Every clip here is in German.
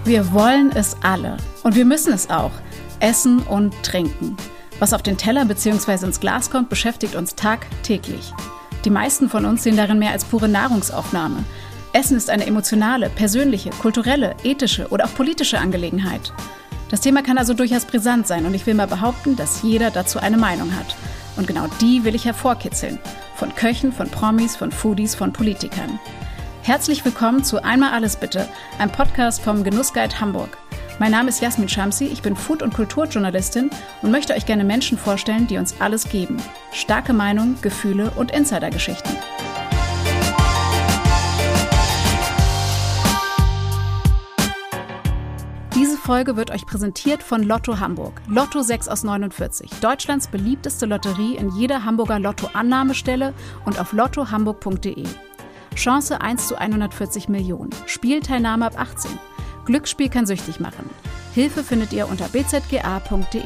Wir wollen es alle und wir müssen es auch. Essen und trinken. Was auf den Teller bzw. ins Glas kommt, beschäftigt uns tagtäglich. Die meisten von uns sehen darin mehr als pure Nahrungsaufnahme. Essen ist eine emotionale, persönliche, kulturelle, ethische oder auch politische Angelegenheit. Das Thema kann also durchaus brisant sein und ich will mal behaupten, dass jeder dazu eine Meinung hat. Und genau die will ich hervorkitzeln. Von Köchen, von Promis, von Foodies, von Politikern. Herzlich willkommen zu Einmal alles bitte, einem Podcast vom Genussguide Hamburg. Mein Name ist Jasmin Shamsi, ich bin Food- und Kulturjournalistin und möchte euch gerne Menschen vorstellen, die uns alles geben. Starke Meinungen, Gefühle und Insidergeschichten. Diese Folge wird euch präsentiert von Lotto Hamburg. Lotto 6 aus 49. Deutschlands beliebteste Lotterie in jeder Hamburger Lotto-Annahmestelle und auf lottohamburg.de. Chance 1 zu 140 Millionen. Spielteilnahme ab 18. Glücksspiel kann süchtig machen. Hilfe findet ihr unter bzga.de.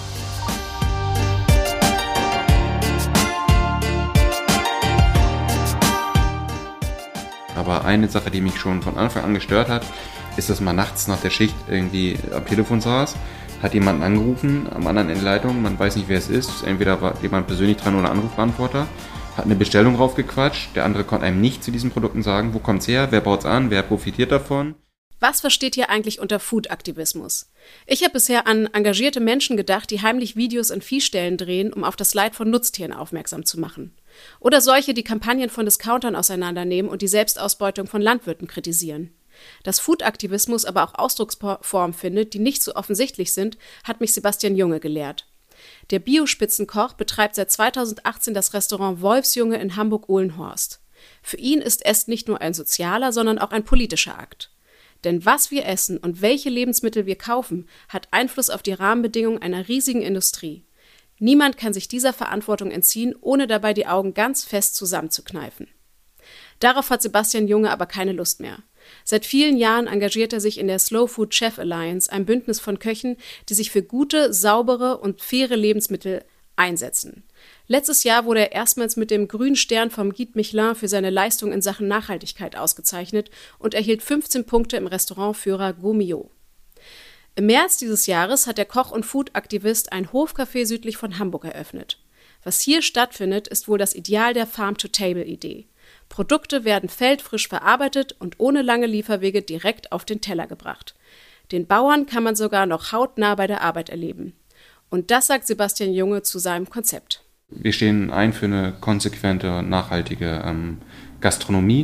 Aber eine Sache, die mich schon von Anfang an gestört hat, ist, dass man nachts nach der Schicht irgendwie am Telefon saß, hat jemanden angerufen, am anderen Ende der Leitung, man weiß nicht, wer es ist, entweder war jemand persönlich dran oder Anrufbeantworter, hat eine Bestellung raufgequatscht, der andere konnte einem nicht zu diesen Produkten sagen, wo kommt's her, wer baut's an, wer profitiert davon. Was versteht ihr eigentlich unter Food-Aktivismus? Ich habe bisher an engagierte Menschen gedacht, die heimlich Videos in Viehställen drehen, um auf das Leid von Nutztieren aufmerksam zu machen. Oder solche, die Kampagnen von Discountern auseinandernehmen und die Selbstausbeutung von Landwirten kritisieren. Dass Food-Aktivismus aber auch Ausdrucksformen findet, die nicht so offensichtlich sind, hat mich Sebastian Junge gelehrt. Der Bio-Spitzenkoch betreibt seit 2018 das Restaurant Wolfsjunge in Hamburg-Ohlenhorst. Für ihn ist Essen nicht nur ein sozialer, sondern auch ein politischer Akt. Denn was wir essen und welche Lebensmittel wir kaufen, hat Einfluss auf die Rahmenbedingungen einer riesigen Industrie. Niemand kann sich dieser Verantwortung entziehen, ohne dabei die Augen ganz fest zusammenzukneifen. Darauf hat Sebastian Junge aber keine Lust mehr. Seit vielen Jahren engagiert er sich in der Slow Food Chef Alliance, ein Bündnis von Köchen, die sich für gute, saubere und faire Lebensmittel einsetzen. Letztes Jahr wurde er erstmals mit dem Grünen Stern vom Guide Michelin für seine Leistung in Sachen Nachhaltigkeit ausgezeichnet und erhielt 15 Punkte im Restaurantführer Gomio. Im März dieses Jahres hat der Koch und Food-Aktivist ein Hofcafé südlich von Hamburg eröffnet. Was hier stattfindet, ist wohl das Ideal der Farm-to-Table-Idee. Produkte werden feldfrisch verarbeitet und ohne lange Lieferwege direkt auf den Teller gebracht. Den Bauern kann man sogar noch hautnah bei der Arbeit erleben. Und das sagt Sebastian Junge zu seinem Konzept. Wir stehen ein für eine konsequente, nachhaltige Gastronomie,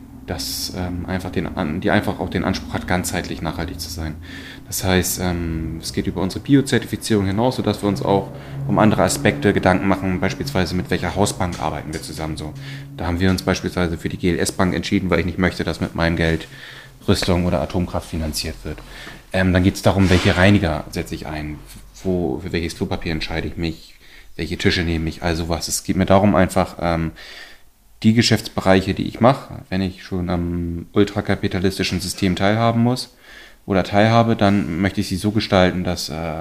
die einfach auch den Anspruch hat, ganzheitlich nachhaltig zu sein. Das heißt, es geht über unsere Bio-Zertifizierung hinaus, sodass wir uns auch um andere Aspekte Gedanken machen, beispielsweise mit welcher Hausbank arbeiten wir zusammen so. Da haben wir uns beispielsweise für die GLS-Bank entschieden, weil ich nicht möchte, dass mit meinem Geld Rüstung oder Atomkraft finanziert wird. Dann geht es darum, welche Reiniger setze ich ein, für welches Klopapier entscheide ich mich, welche Tische nehme ich, also was. Es geht mir darum, einfach die Geschäftsbereiche, die ich mache, wenn ich schon am ultrakapitalistischen System teilhaben muss oder teilhabe, dann möchte ich sie so gestalten, dass da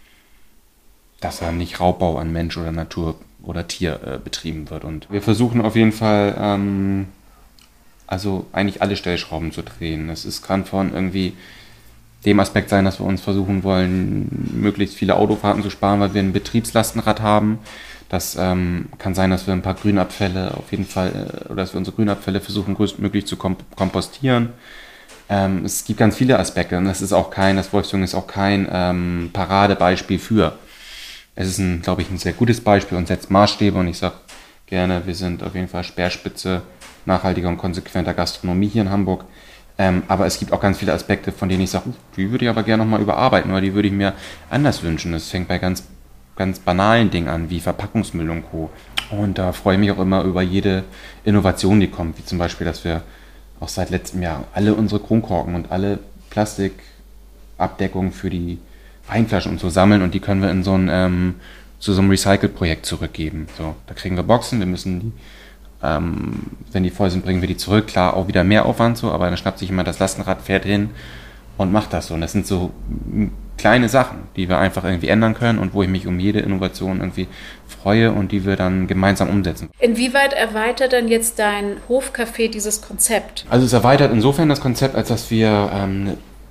nicht Raubbau an Mensch oder Natur oder Tier betrieben wird. Und wir versuchen auf jeden Fall, also eigentlich alle Stellschrauben zu drehen. Kann von irgendwie dem Aspekt sein, dass wir uns versuchen wollen, möglichst viele Autofahrten zu sparen, weil wir ein Betriebslastenrad haben. Das kann sein, dass wir ein paar Grünabfälle auf jeden Fall, oder dass wir unsere Grünabfälle versuchen, größtmöglich zu kompostieren. Es gibt ganz viele Aspekte und das Wolfsjunge ist auch kein Paradebeispiel für. Es ist, glaube ich, ein sehr gutes Beispiel und setzt Maßstäbe und ich sage gerne, wir sind auf jeden Fall Speerspitze nachhaltiger und konsequenter Gastronomie hier in Hamburg. Aber es gibt auch ganz viele Aspekte, von denen ich sage, die würde ich aber gerne nochmal überarbeiten oder die würde ich mir anders wünschen. Das fängt bei ganz banalen Dingen an, wie Verpackungsmüll und Co. Und da freue ich mich auch immer über jede Innovation, die kommt, wie zum Beispiel, dass wir auch seit letztem Jahr alle unsere Kronkorken und alle Plastikabdeckungen für die Weinflaschen und so sammeln und die können wir in so einem Recycle-Projekt zurückgeben. So, da kriegen wir Boxen, wir müssen die, wenn die voll sind, bringen wir die zurück. Klar, auch wieder mehr Aufwand so, aber dann schnappt sich immer das Lastenrad, fährt hin und macht das so. Und das sind so kleine Sachen, die wir einfach irgendwie ändern können und wo ich mich um jede Innovation irgendwie freue und die wir dann gemeinsam umsetzen. Inwieweit erweitert denn jetzt dein Hofcafé dieses Konzept? Also es erweitert insofern das Konzept, als dass wir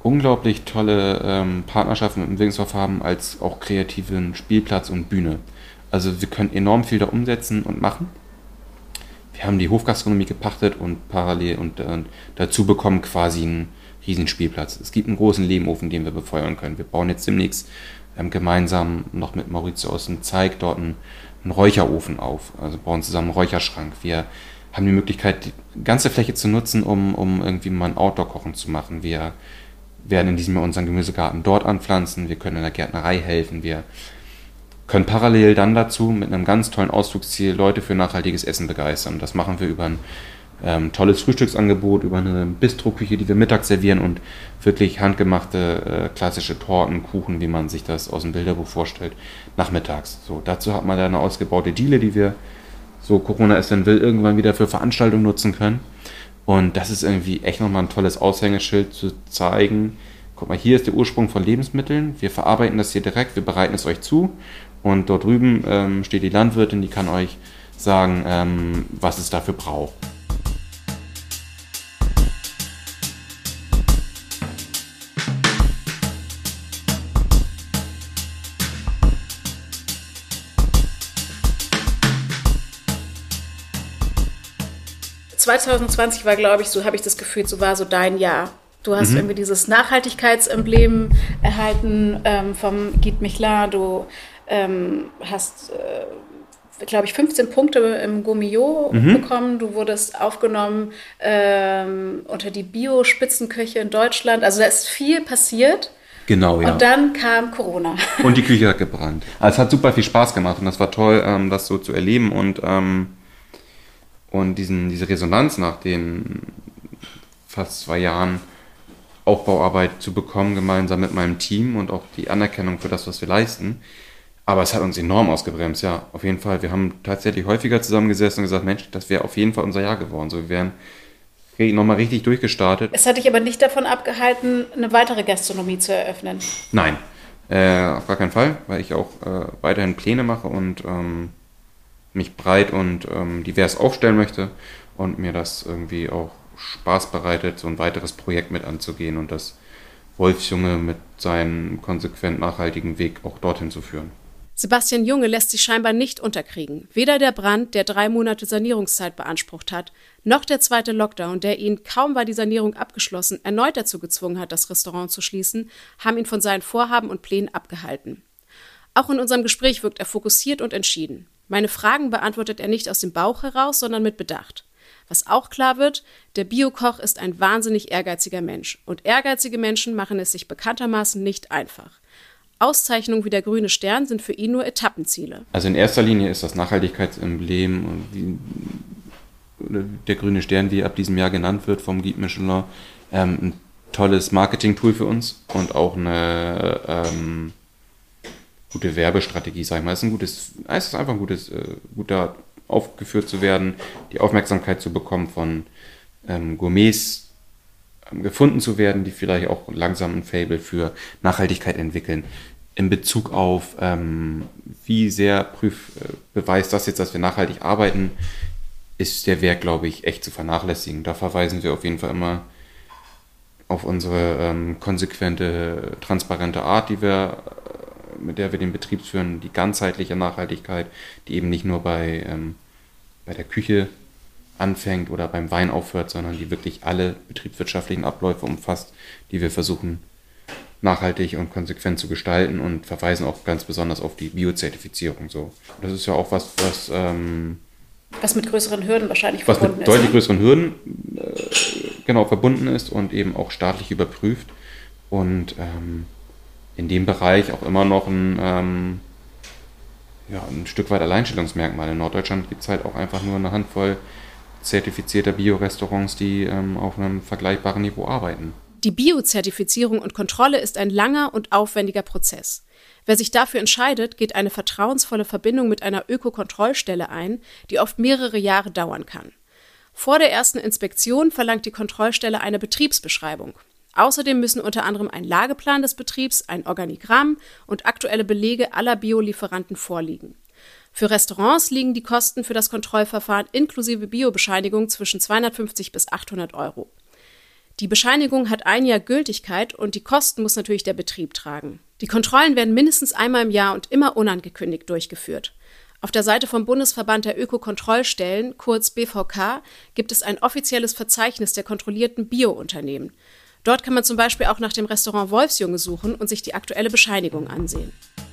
unglaublich tolle Partnerschaften mit dem Wilnsdorf haben, als auch kreativen Spielplatz und Bühne. Also wir können enorm viel da umsetzen und machen. Wir haben die Hofgastronomie gepachtet und parallel und dazu bekommen quasi einen riesen Spielplatz. Es gibt einen großen Lehmofen, den wir befeuern können. Wir bauen jetzt demnächst gemeinsam noch mit Maurizio aus dem Zeig dort einen Räucherofen auf. Also bauen zusammen einen Räucherschrank. Wir haben die Möglichkeit, die ganze Fläche zu nutzen, um irgendwie mal ein Outdoor-Kochen zu machen. Wir werden in diesem Jahr unseren Gemüsegarten dort anpflanzen. Wir können in der Gärtnerei helfen. Wir können parallel dann dazu mit einem ganz tollen Ausflugsziel Leute für nachhaltiges Essen begeistern. Das machen wir über ein tolles Frühstücksangebot, über eine Bistroküche, die wir mittags servieren und wirklich handgemachte klassische Torten, Kuchen, wie man sich das aus dem Bilderbuch vorstellt, nachmittags. So, dazu hat man dann eine ausgebaute Diele, die wir, so Corona es denn will, irgendwann wieder für Veranstaltungen nutzen können. Und das ist irgendwie echt nochmal ein tolles Aushängeschild zu zeigen. Guck mal, hier ist der Ursprung von Lebensmitteln. Wir verarbeiten das hier direkt, wir bereiten es euch zu. Und dort drüben steht die Landwirtin, die kann euch sagen, was es dafür braucht. ...2020 war, glaube ich, so habe ich das Gefühl, so war so dein Jahr. Du hast irgendwie dieses Nachhaltigkeitsemblem erhalten vom Guide Michelin. Du hast, glaube ich, 15 Punkte im Gourmillot bekommen. Du wurdest aufgenommen unter die Bio-Spitzenköche in Deutschland. Also da ist viel passiert. Genau, ja. Und dann kam Corona. Und die Küche hat gebrannt. Also es hat super viel Spaß gemacht und das war toll, das so zu erleben und diese Resonanz nach den fast 2 Jahren Aufbauarbeit zu bekommen, gemeinsam mit meinem Team und auch die Anerkennung für das, was wir leisten. Aber es hat uns enorm ausgebremst, ja, auf jeden Fall. Wir haben tatsächlich häufiger zusammengesessen und gesagt, Mensch, das wäre auf jeden Fall unser Jahr geworden. So, wir wären nochmal richtig durchgestartet. Es hat dich aber nicht davon abgehalten, eine weitere Gastronomie zu eröffnen? Nein, auf gar keinen Fall, weil ich auch weiterhin Pläne mache und mich breit und divers aufstellen möchte und mir das irgendwie auch Spaß bereitet, so ein weiteres Projekt mit anzugehen und das Wolfsjunge mit seinem konsequent nachhaltigen Weg auch dorthin zu führen. Sebastian Junge lässt sich scheinbar nicht unterkriegen. Weder der Brand, der 3 Monate Sanierungszeit beansprucht hat, noch der zweite Lockdown, der ihn, kaum war die Sanierung abgeschlossen, erneut dazu gezwungen hat, das Restaurant zu schließen, haben ihn von seinen Vorhaben und Plänen abgehalten. Auch in unserem Gespräch wirkt er fokussiert und entschieden. Meine Fragen beantwortet er nicht aus dem Bauch heraus, sondern mit Bedacht. Was auch klar wird, der Biokoch ist ein wahnsinnig ehrgeiziger Mensch. Und ehrgeizige Menschen machen es sich bekanntermaßen nicht einfach. Auszeichnungen wie der Grüne Stern sind für ihn nur Etappenziele. Also in erster Linie ist das Nachhaltigkeitsemblem und der Grüne Stern, wie ab diesem Jahr genannt wird vom Guide Michelin, ein tolles Marketing-Tool für uns und auch eine gute Werbestrategie, sag ich mal. Es ist einfach ein guter aufgeführt zu werden, die Aufmerksamkeit zu bekommen von Gourmets, gefunden zu werden, die vielleicht auch langsam ein Faible für Nachhaltigkeit entwickeln. In Bezug auf, wie sehr beweist das jetzt, dass wir nachhaltig arbeiten, ist der Wert, glaube ich, echt zu vernachlässigen. Da verweisen wir auf jeden Fall immer auf unsere konsequente, transparente Art, mit der wir den Betrieb führen, die ganzheitliche Nachhaltigkeit, die eben nicht nur bei der Küche anfängt oder beim Wein aufhört, sondern die wirklich alle betriebswirtschaftlichen Abläufe umfasst, die wir versuchen nachhaltig und konsequent zu gestalten und verweisen auch ganz besonders auf die Biozertifizierung. So. Das ist ja auch was mit größeren Hürden wahrscheinlich verbunden ist. Was mit deutlich größeren Hürden verbunden ist und eben auch staatlich überprüft und in dem Bereich auch immer noch ein Stück weit Alleinstellungsmerkmal. In Norddeutschland gibt es halt auch einfach nur eine Handvoll zertifizierter Bio-Restaurants, die auf einem vergleichbaren Niveau arbeiten. Die Biozertifizierung und Kontrolle ist ein langer und aufwendiger Prozess. Wer sich dafür entscheidet, geht eine vertrauensvolle Verbindung mit einer Ökokontrollstelle ein, die oft mehrere Jahre dauern kann. Vor der ersten Inspektion verlangt die Kontrollstelle eine Betriebsbeschreibung. Außerdem müssen unter anderem ein Lageplan des Betriebs, ein Organigramm und aktuelle Belege aller Biolieferanten vorliegen. Für Restaurants liegen die Kosten für das Kontrollverfahren inklusive Biobescheinigung zwischen 250 bis 800 Euro. Die Bescheinigung hat 1 Jahr Gültigkeit und die Kosten muss natürlich der Betrieb tragen. Die Kontrollen werden mindestens einmal im Jahr und immer unangekündigt durchgeführt. Auf der Seite vom Bundesverband der Ökokontrollstellen, kurz BVK, gibt es ein offizielles Verzeichnis der kontrollierten Bio-Unternehmen. Dort kann man zum Beispiel auch nach dem Restaurant Wolfsjunge suchen und sich die aktuelle Bescheinigung ansehen.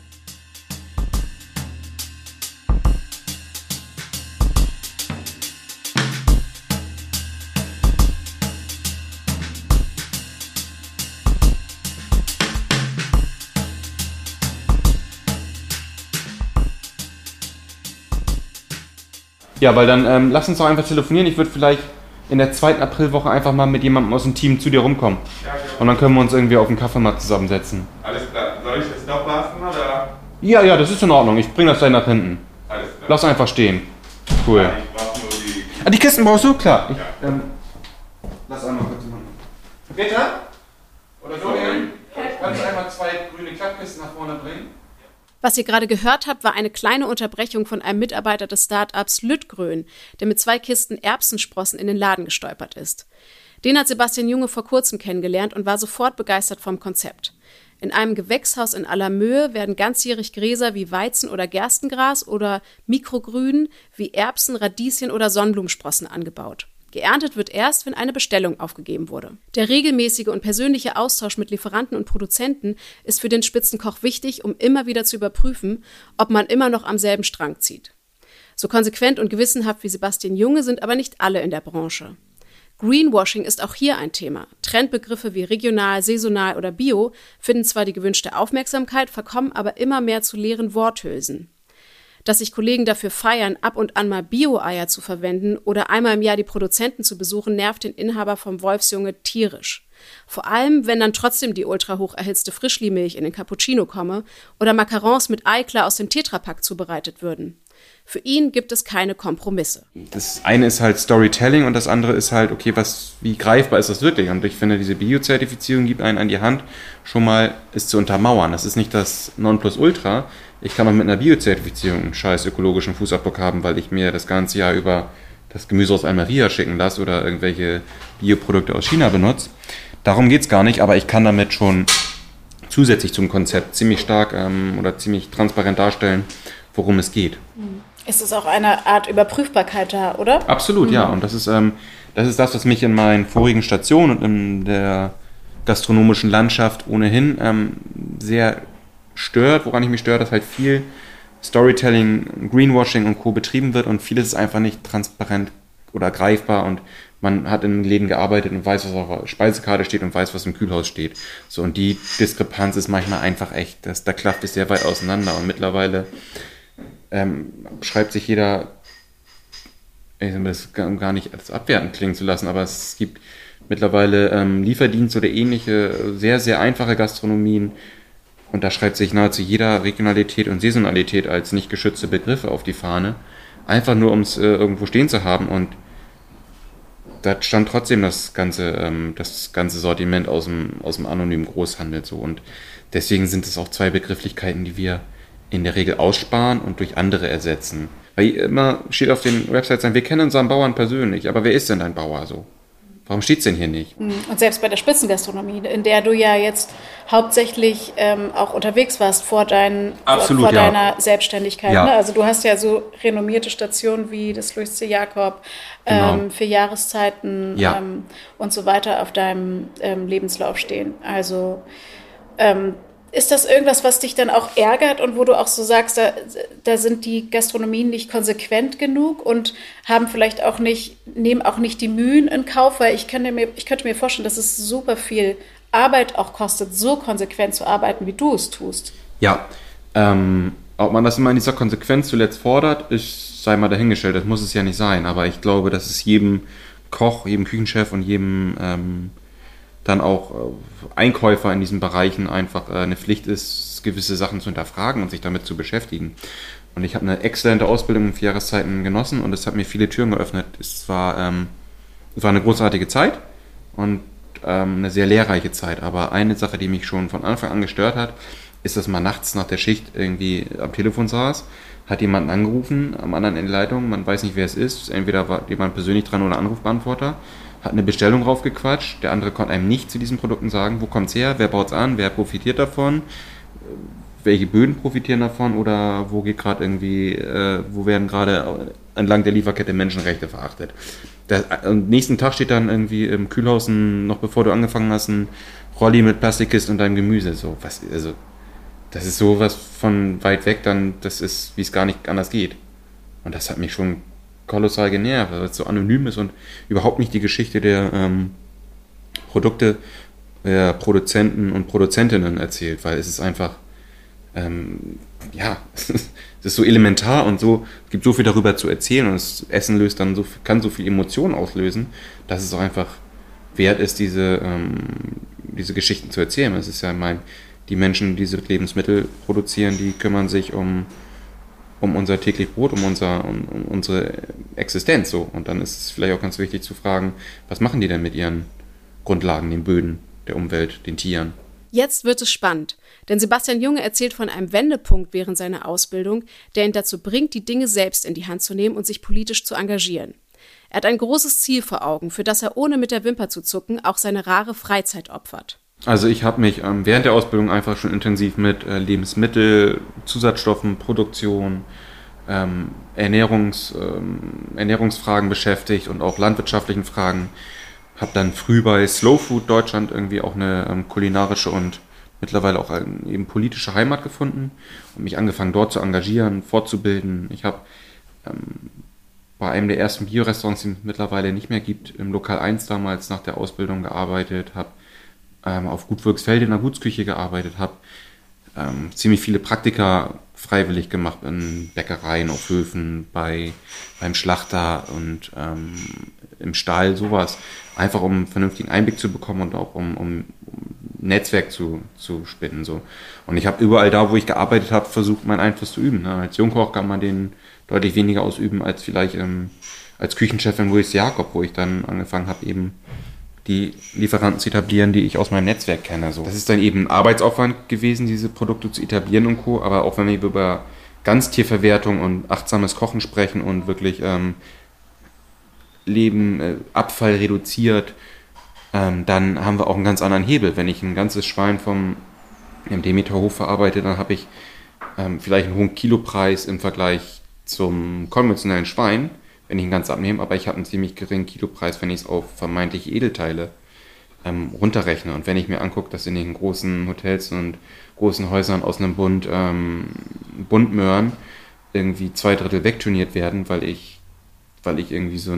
Ja, weil dann lass uns doch einfach telefonieren. Ich würde vielleicht in der 2. Aprilwoche einfach mal mit jemandem aus dem Team zu dir rumkommen. Ja, genau. Und dann können wir uns irgendwie auf den Kaffee mal zusammensetzen. Alles klar. Soll ich das doch lassen, oder? Ja, das ist in Ordnung. Ich bring das gleich nach hinten. Alles klar. Lass einfach stehen. Cool. Ja, ich brauch nur die... Die Kisten brauchst du? Klar. Ja. Lass einmal kurz machen. Peter? Oder Florian? Kannst du einmal 2 grüne Klappkisten nach vorne bringen? Was ihr gerade gehört habt, war eine kleine Unterbrechung von einem Mitarbeiter des Start-ups Lüttgrön, der mit 2 Kisten Erbsensprossen in den Laden gestolpert ist. Den hat Sebastian Junge vor kurzem kennengelernt und war sofort begeistert vom Konzept. In einem Gewächshaus in Allermöhe werden ganzjährig Gräser wie Weizen- oder Gerstengras oder Mikrogrün wie Erbsen, Radieschen oder Sonnenblumersprossen angebaut. Geerntet wird erst, wenn eine Bestellung aufgegeben wurde. Der regelmäßige und persönliche Austausch mit Lieferanten und Produzenten ist für den Spitzenkoch wichtig, um immer wieder zu überprüfen, ob man immer noch am selben Strang zieht. So konsequent und gewissenhaft wie Sebastian Junge sind aber nicht alle in der Branche. Greenwashing ist auch hier ein Thema. Trendbegriffe wie regional, saisonal oder bio finden zwar die gewünschte Aufmerksamkeit, verkommen aber immer mehr zu leeren Worthülsen. Dass sich Kollegen dafür feiern, ab und an mal Bio-Eier zu verwenden oder einmal im Jahr die Produzenten zu besuchen, nervt den Inhaber vom Wolfsjunge tierisch. Vor allem, wenn dann trotzdem die ultra hoch erhitzte Frischlimilch in den Cappuccino komme oder Macarons mit Eiklar aus dem Tetrapack zubereitet würden. Für ihn gibt es keine Kompromisse. Das eine ist halt Storytelling und das andere ist halt, okay, wie greifbar ist das wirklich? Und ich finde, diese Bio-Zertifizierung gibt einen an die Hand, schon mal es zu untermauern. Das ist nicht das Nonplusultra. Ich kann auch mit einer Bio-Zertifizierung einen scheiß ökologischen Fußabdruck haben, weil ich mir das ganze Jahr über das Gemüse aus Almeria schicken lasse oder irgendwelche Bioprodukte aus China benutze. Darum geht's gar nicht, aber ich kann damit schon zusätzlich zum Konzept ziemlich stark oder ziemlich transparent darstellen, worum es geht. Ist es auch eine Art Überprüfbarkeit da, oder? Absolut, ja. Und das ist das, was mich in meinen vorigen Stationen und in der gastronomischen Landschaft ohnehin sehr stört, woran ich mich störe, dass halt viel Storytelling, Greenwashing und Co. betrieben wird und vieles ist einfach nicht transparent oder greifbar und man hat in Läden gearbeitet und weiß, was auf der Speisekarte steht und weiß, was im Kühlhaus steht. So, und die Diskrepanz ist manchmal einfach echt, da klafft es sehr weit auseinander und mittlerweile schreibt sich jeder, das gar nicht als abwertend klingen zu lassen, aber es gibt mittlerweile Lieferdienst oder ähnliche sehr, sehr einfache Gastronomien und da schreibt sich nahezu jeder Regionalität und Saisonalität als nicht geschützte Begriffe auf die Fahne, einfach nur um es irgendwo stehen zu haben und da stand trotzdem das ganze Sortiment aus dem anonymen Großhandel so und deswegen sind es auch 2 Begrifflichkeiten, die wir in der Regel aussparen und durch andere ersetzen. Weil immer steht auf den Websites, wir kennen unseren Bauern persönlich, aber wer ist denn dein Bauer so? Warum steht's denn hier nicht? Und selbst bei der Spitzengastronomie, in der du ja jetzt hauptsächlich auch unterwegs warst vor deiner Selbstständigkeit. Ja. Ne? Also du hast ja so renommierte Stationen wie das Louis C. Jakob, Genau. für Jahreszeiten und so weiter auf deinem Lebenslauf stehen. Also ist das irgendwas, was dich dann auch ärgert und wo du auch so sagst, da sind die Gastronomien nicht konsequent genug und nehmen auch nicht die Mühen in Kauf, weil ich könnte mir vorstellen, dass es super viel Arbeit auch kostet, so konsequent zu arbeiten, wie du es tust. Ja, ob man das immer in dieser Konsequenz zuletzt fordert, sei mal dahingestellt, das muss es ja nicht sein, aber ich glaube, dass es jedem Koch, jedem Küchenchef und jedem dann auch Einkäufer in diesen Bereichen einfach eine Pflicht ist, gewisse Sachen zu hinterfragen und sich damit zu beschäftigen. Und ich habe eine exzellente Ausbildung in 4 Jahreszeiten genossen und es hat mir viele Türen geöffnet. Es war eine großartige Zeit und eine sehr lehrreiche Zeit. Aber eine Sache, die mich schon von Anfang an gestört hat, ist, dass man nachts nach der Schicht irgendwie am Telefon saß, hat jemanden angerufen, am anderen Ende der Leitung, man weiß nicht, wer es ist, entweder war jemand persönlich dran oder Anrufbeantworter. hat eine Bestellung raufgequatscht, der andere konnte einem nicht zu diesen Produkten sagen, wo kommt's her, wer baut's an, wer profitiert davon, welche Böden profitieren davon oder wo geht gerade irgendwie, wo werden gerade entlang der Lieferkette Menschenrechte verachtet. Am nächsten Tag steht dann irgendwie im Kühlhaus, noch bevor du angefangen hast, ein Rolli mit Plastikkisten und deinem Gemüse. So, also, das ist sowas von weit weg, dann, das ist, wie es gar nicht anders geht. Und das hat mich schon kolossal genervt, weil es so anonym ist und überhaupt nicht die Geschichte der Produkte der Produzenten und Produzentinnen erzählt, weil es ist einfach es ist so elementar und so, es gibt so viel darüber zu erzählen und das Essen kann so viel Emotionen auslösen, dass es auch einfach wert ist, diese Geschichten zu erzählen. Es ist ja, die Menschen, die diese Lebensmittel produzieren, die kümmern sich um unser täglich Brot, um unsere Existenz so. Und dann ist es vielleicht auch ganz wichtig zu fragen, was machen die denn mit ihren Grundlagen, den Böden, der Umwelt, den Tieren? Jetzt wird es spannend, denn Sebastian Junge erzählt von einem Wendepunkt während seiner Ausbildung, der ihn dazu bringt, die Dinge selbst in die Hand zu nehmen und sich politisch zu engagieren. Er hat ein großes Ziel vor Augen, für das er ohne mit der Wimper zu zucken auch seine rare Freizeit opfert. Also ich habe mich während der Ausbildung einfach schon intensiv mit Lebensmittel, Zusatzstoffen, Produktion, Ernährungsfragen beschäftigt und auch landwirtschaftlichen Fragen. Habe dann früh bei Slow Food Deutschland irgendwie auch eine kulinarische und mittlerweile auch eben politische Heimat gefunden und mich angefangen dort zu engagieren, fortzubilden. Ich habe bei einem der ersten Bio-Restaurants, die es mittlerweile nicht mehr gibt, im Lokal 1 damals nach der Ausbildung gearbeitet, habe auf Gut Wölksfelde in der Gutsküche gearbeitet, habe ziemlich viele Praktika freiwillig gemacht in Bäckereien, auf Höfen, beim Schlachter und im Stall, sowas. Einfach um einen vernünftigen Einblick zu bekommen und auch um Netzwerk zu spinnen. So. Und ich habe überall da, wo ich gearbeitet habe, versucht, meinen Einfluss zu üben. Ne? Als Jungkoch kann man den deutlich weniger ausüben als vielleicht als Küchenchef in Louis Jakob, wo ich dann angefangen habe, eben die Lieferanten zu etablieren, die ich aus meinem Netzwerk kenne. So. Das ist dann eben ein Arbeitsaufwand gewesen, diese Produkte zu etablieren und Co. Aber auch wenn wir über Ganztierverwertung und achtsames Kochen sprechen und wirklich Abfall reduziert, dann haben wir auch einen ganz anderen Hebel. Wenn ich ein ganzes Schwein im Demeterhof verarbeite, dann habe ich vielleicht einen hohen Kilopreis im Vergleich zum konventionellen Schwein, wenn ich ihn ganz abnehme, aber ich habe einen ziemlich geringen Kilopreis, wenn ich es auf vermeintliche Edelteile runterrechne. Und wenn ich mir angucke, dass in den großen Hotels und großen Häusern aus einem Bund Buntmöhren irgendwie 2/3 wegturniert werden, weil ich irgendwie so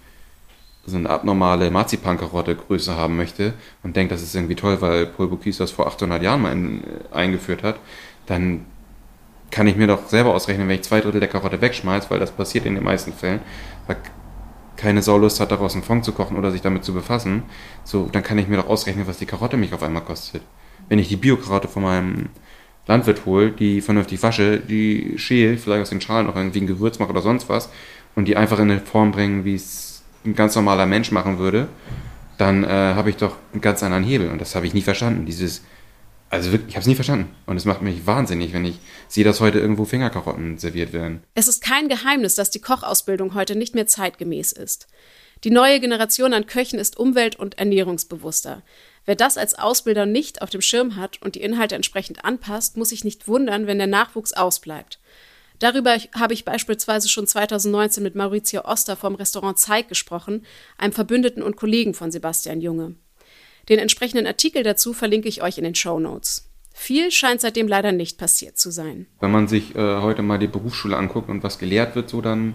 eine abnormale Marzipankarotte Größe haben möchte und denke, das ist irgendwie toll, weil Paul Bocuse das vor 800 Jahren mal eingeführt hat, dann kann ich mir doch selber ausrechnen, wenn ich 2/3 der Karotte wegschmeiße, weil das passiert in den meisten Fällen, weil keine Saulust hat, daraus einen Fond zu kochen oder sich damit zu befassen, so, dann kann ich mir doch ausrechnen, was die Karotte mich auf einmal kostet. Wenn ich die Bio-Karotte von meinem Landwirt hole, die vernünftig wasche, die schäle, vielleicht aus den Schalen noch irgendwie ein Gewürz mache oder sonst was und die einfach in eine Form bringen, wie es ein ganz normaler Mensch machen würde, dann habe ich doch einen ganz anderen Hebel und das habe ich nie verstanden. Also wirklich, ich habe es nie verstanden. Und es macht mich wahnsinnig, wenn ich sehe, dass heute irgendwo Fingerkarotten serviert werden. Es ist kein Geheimnis, dass die Kochausbildung heute nicht mehr zeitgemäß ist. Die neue Generation an Köchen ist umwelt- und ernährungsbewusster. Wer das als Ausbilder nicht auf dem Schirm hat und die Inhalte entsprechend anpasst, muss sich nicht wundern, wenn der Nachwuchs ausbleibt. Darüber habe ich beispielsweise schon 2019 mit Maurizio Oster vom Restaurant Zeig gesprochen, einem Verbündeten und Kollegen von Sebastian Junge. Den entsprechenden Artikel dazu verlinke ich euch in den Shownotes. Viel scheint seitdem leider nicht passiert zu sein. Wenn man sich heute mal die Berufsschule anguckt und was gelehrt wird, so dann,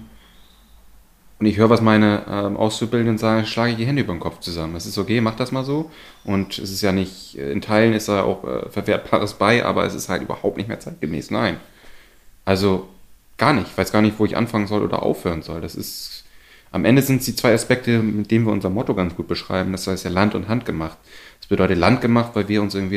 und ich höre, was meine Auszubildenden sagen, schlage ich die Hände über den Kopf zusammen. Das ist okay, mach das mal so. Und es ist ja nicht, in Teilen ist da auch Verwertbares bei, aber es ist halt überhaupt nicht mehr zeitgemäß. Nein. Also gar nicht. Ich weiß gar nicht, wo ich anfangen soll oder aufhören soll. Das ist, am Ende sind es die zwei Aspekte, mit denen wir unser Motto ganz gut beschreiben. Das heißt ja Land und Hand gemacht. Das bedeutet Land gemacht, weil wir uns irgendwie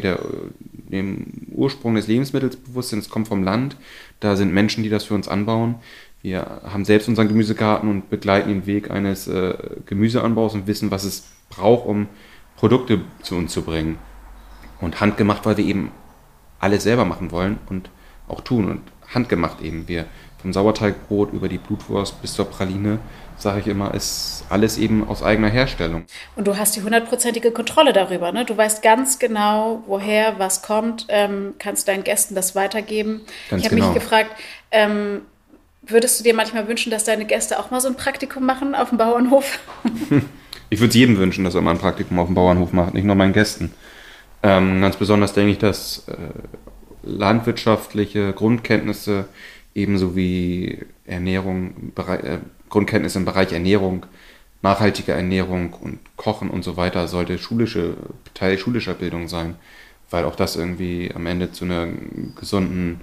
dem Ursprung des Lebensmittels bewusst sind. Es kommt vom Land. Da sind Menschen, die das für uns anbauen. Wir haben selbst unseren Gemüsegarten und begleiten den Weg eines Gemüseanbaus und wissen, was es braucht, um Produkte zu uns zu bringen. Und handgemacht, weil wir eben alles selber machen wollen und auch tun. Und handgemacht eben. Vom Sauerteigbrot über die Blutwurst bis zur Praline, sage ich immer, ist alles eben aus eigener Herstellung. Und du hast die 100%ige Kontrolle darüber, ne? Du weißt ganz genau, woher was kommt, kannst deinen Gästen das weitergeben. Ich habe mich gefragt, würdest du dir manchmal wünschen, dass deine Gäste auch mal so ein Praktikum machen auf dem Bauernhof? Ich würde es jedem wünschen, dass er mal ein Praktikum auf dem Bauernhof macht, nicht nur meinen Gästen. Ganz besonders denke ich, dass landwirtschaftliche Grundkenntnisse ebenso wie Grundkenntnisse im Bereich Ernährung, nachhaltige Ernährung und Kochen und so weiter sollte Teil schulischer Bildung sein, weil auch das irgendwie am Ende zu einer gesunden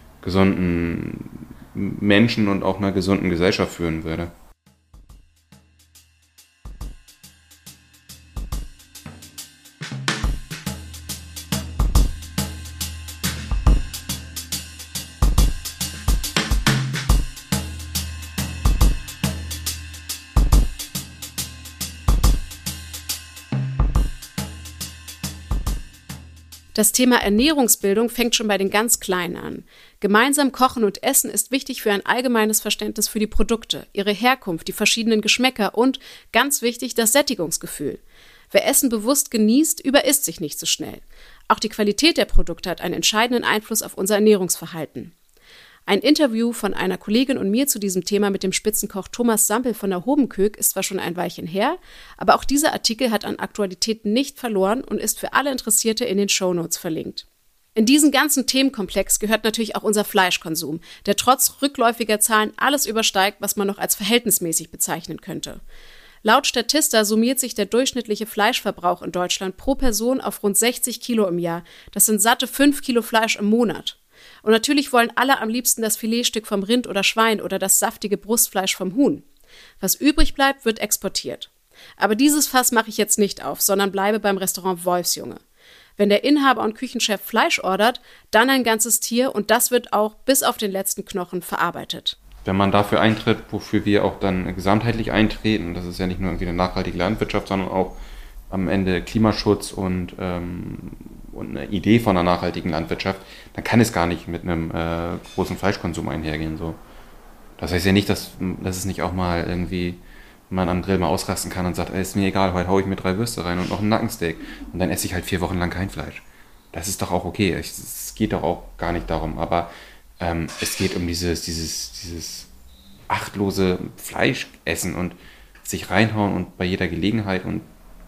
Menschen und auch einer gesunden Gesellschaft führen würde. Das Thema Ernährungsbildung fängt schon bei den ganz Kleinen an. Gemeinsam kochen und essen ist wichtig für ein allgemeines Verständnis für die Produkte, ihre Herkunft, die verschiedenen Geschmäcker und, ganz wichtig, das Sättigungsgefühl. Wer Essen bewusst genießt, überisst sich nicht so schnell. Auch die Qualität der Produkte hat einen entscheidenden Einfluss auf unser Ernährungsverhalten. Ein Interview von einer Kollegin und mir zu diesem Thema mit dem Spitzenkoch Thomas Sampel von der Hobenköek ist zwar schon ein Weilchen her, aber auch dieser Artikel hat an Aktualität nicht verloren und ist für alle Interessierte in den Shownotes verlinkt. In diesen ganzen Themenkomplex gehört natürlich auch unser Fleischkonsum, der trotz rückläufiger Zahlen alles übersteigt, was man noch als verhältnismäßig bezeichnen könnte. Laut Statista summiert sich der durchschnittliche Fleischverbrauch in Deutschland pro Person auf rund 60 Kilo im Jahr. Das sind satte 5 Kilo Fleisch im Monat. Und natürlich wollen alle am liebsten das Filetstück vom Rind oder Schwein oder das saftige Brustfleisch vom Huhn. Was übrig bleibt, wird exportiert. Aber dieses Fass mache ich jetzt nicht auf, sondern bleibe beim Restaurant Wolfsjunge. Wenn der Inhaber und Küchenchef Fleisch ordert, dann ein ganzes Tier und das wird auch bis auf den letzten Knochen verarbeitet. Wenn man dafür eintritt, wofür wir auch dann gesamtheitlich eintreten, das ist ja nicht nur irgendwie eine nachhaltige Landwirtschaft, sondern auch am Ende Klimaschutz und eine Idee von einer nachhaltigen Landwirtschaft, dann kann es gar nicht mit einem großen Fleischkonsum einhergehen. So. Das heißt ja nicht, dass es nicht auch mal irgendwie man am Grill mal ausrasten kann und sagt, ist mir egal, heute haue ich mir 3 Würste rein und noch ein Nackensteak und dann esse ich halt 4 Wochen lang kein Fleisch. Das ist doch auch okay. Es geht doch auch gar nicht darum, aber es geht um dieses achtlose Fleischessen und sich reinhauen und bei jeder Gelegenheit und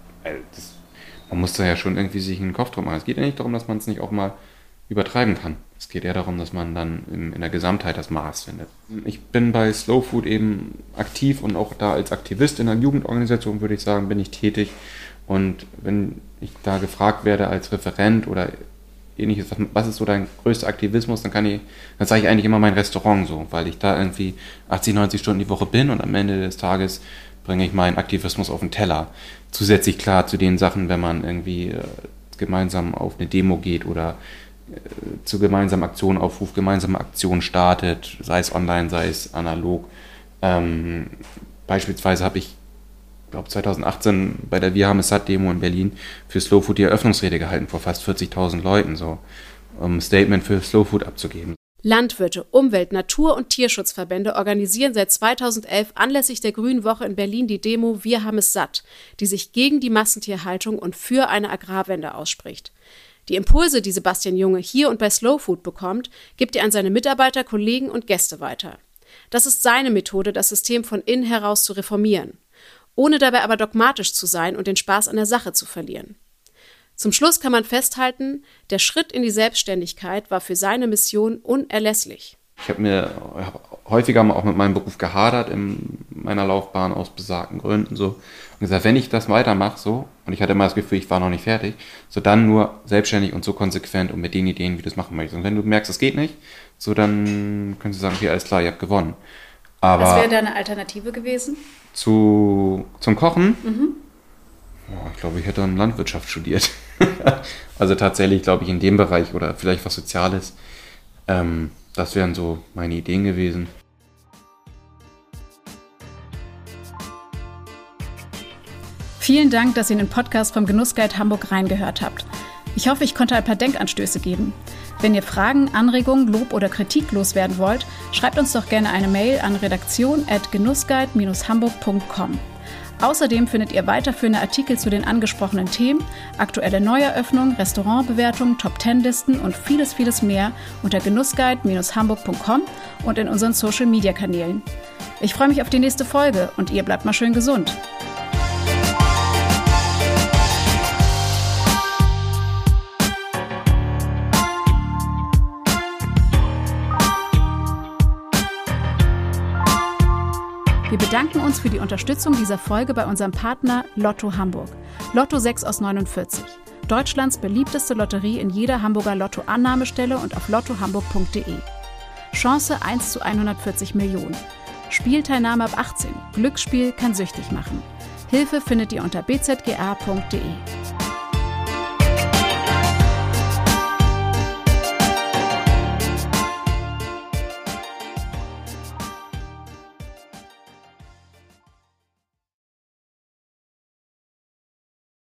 man muss da ja schon irgendwie sich einen Kopf drum machen. Es geht ja nicht darum, dass man es nicht auch mal übertreiben kann. Es geht eher darum, dass man dann in der Gesamtheit das Maß findet. Ich bin bei Slow Food eben aktiv und auch da als Aktivist in einer Jugendorganisation, würde ich sagen, bin ich tätig. Und wenn ich da gefragt werde als Referent oder ähnliches, was ist so dein größter Aktivismus, dann sage ich eigentlich immer mein Restaurant so, weil ich da irgendwie 80, 90 Stunden die Woche bin und am Ende des Tages bringe ich meinen Aktivismus auf den Teller. Zusätzlich klar zu den Sachen, wenn man irgendwie gemeinsam auf eine Demo geht oder zu gemeinsamen Aktionen aufruft, gemeinsame Aktionen startet, sei es online, sei es analog. Beispielsweise habe ich, glaube 2018 bei der Wir haben es satt Demo in Berlin für Slow Food die Eröffnungsrede gehalten vor fast 40.000 Leuten, so, um ein Statement für Slow Food abzugeben. Landwirte, Umwelt-, Natur- und Tierschutzverbände organisieren seit 2011 anlässlich der Grünen Woche in Berlin die Demo Wir haben es satt, die sich gegen die Massentierhaltung und für eine Agrarwende ausspricht. Die Impulse, die Sebastian Junge hier und bei Slow Food bekommt, gibt er an seine Mitarbeiter, Kollegen und Gäste weiter. Das ist seine Methode, das System von innen heraus zu reformieren, ohne dabei aber dogmatisch zu sein und den Spaß an der Sache zu verlieren. Zum Schluss kann man festhalten, der Schritt in die Selbstständigkeit war für seine Mission unerlässlich. Ich habe häufiger mal auch mit meinem Beruf gehadert in meiner Laufbahn aus besagten Gründen so und gesagt, wenn ich das weitermache so, und ich hatte immer das Gefühl, ich war noch nicht fertig, so dann nur selbstständig und so konsequent und mit den Ideen, wie du es machen möchtest. Und wenn du merkst, es geht nicht, so dann kannst du sagen, okay, alles klar, ihr habt gewonnen. Aber was wäre deine Alternative gewesen? Zum Kochen? Ich glaube, ich hätte dann Landwirtschaft studiert. Also tatsächlich, glaube ich, in dem Bereich oder vielleicht was Soziales. Das wären so meine Ideen gewesen. Vielen Dank, dass ihr in den Podcast vom Genussguide Hamburg reingehört habt. Ich hoffe, ich konnte ein paar Denkanstöße geben. Wenn ihr Fragen, Anregungen, Lob oder Kritik loswerden wollt, schreibt uns doch gerne eine Mail an redaktion@genussguide-hamburg.com. Außerdem findet ihr weiterführende Artikel zu den angesprochenen Themen, aktuelle Neueröffnungen, Restaurantbewertungen, Top-10-Listen und vieles, vieles mehr unter genussguide-hamburg.com und in unseren Social-Media-Kanälen. Ich freue mich auf die nächste Folge und ihr bleibt mal schön gesund. Wir bedanken uns für die Unterstützung dieser Folge bei unserem Partner Lotto Hamburg. Lotto 6 aus 49. Deutschlands beliebteste Lotterie in jeder Hamburger Lotto-Annahmestelle und auf lottohamburg.de. Chance 1 zu 140 Millionen. Spielteilnahme ab 18. Glücksspiel kann süchtig machen. Hilfe findet ihr unter bzga.de.